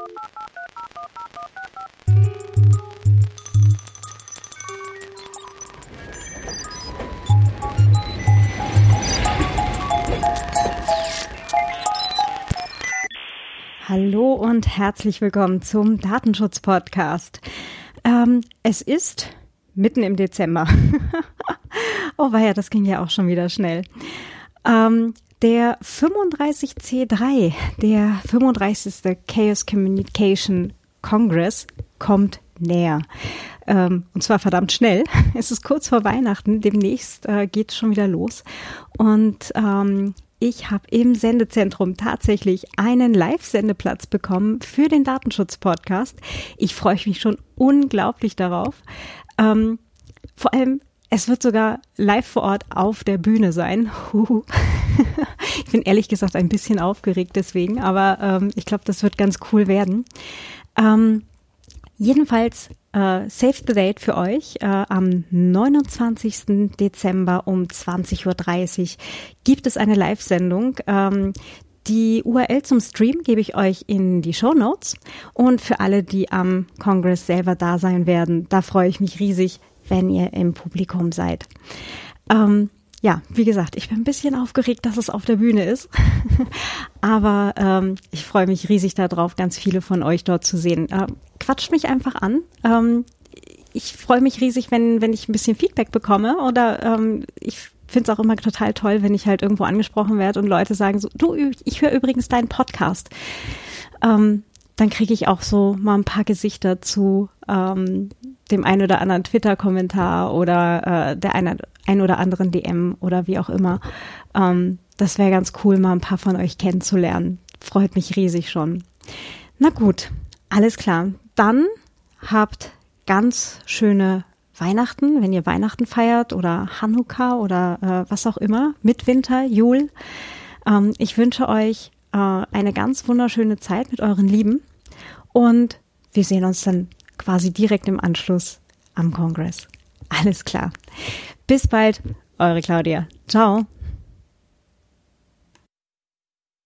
Hallo und herzlich willkommen zum Datenschutz-Podcast. Es ist mitten im Dezember. Oh weia, das ging ja auch schon wieder schnell. Der 35C3, der 35. Chaos Communication Congress, kommt näher. Und zwar verdammt schnell. Es ist kurz vor Weihnachten, demnächst geht es schon wieder los. Und ich habe im Sendezentrum tatsächlich einen Live-Sendeplatz bekommen für den Datenschutz-Podcast. Ich freue mich schon unglaublich darauf. Vor allem, es wird sogar live vor Ort auf der Bühne sein. Ich bin ehrlich gesagt ein bisschen aufgeregt deswegen, aber ich glaube, das wird ganz cool werden. Jedenfalls Save the Date für euch. Am 29. Dezember um 20.30 Uhr gibt es eine Live-Sendung. Die URL zum Stream gebe ich euch in die Shownotes. Und für alle, die am Kongress selber da sein werden, da freue ich mich riesig, wenn ihr im Publikum seid. Ja, wie gesagt, ich bin ein bisschen aufgeregt, dass es auf der Bühne ist. Aber ich freue mich riesig darauf, ganz viele von euch dort zu sehen. Quatscht mich einfach an. Ich freue mich riesig, wenn ich ein bisschen Feedback bekomme. Oder ich finde es auch immer total toll, wenn ich halt irgendwo angesprochen werde und Leute sagen so, du, ich höre übrigens deinen Podcast. Dann kriege ich auch so mal ein paar Gesichter zu dem ein oder anderen Twitter-Kommentar oder der ein oder anderen DM oder wie auch immer. Das wäre ganz cool, mal ein paar von euch kennenzulernen. Freut mich riesig schon. Na gut, alles klar. Dann habt ganz schöne Weihnachten, wenn ihr Weihnachten feiert oder Hanukkah oder was auch immer, Mitwinter, Jul. Ich wünsche euch eine ganz wunderschöne Zeit mit euren Lieben und wir sehen uns dann quasi direkt im Anschluss am Kongress. Alles klar. Bis bald, eure Claudia. Ciao.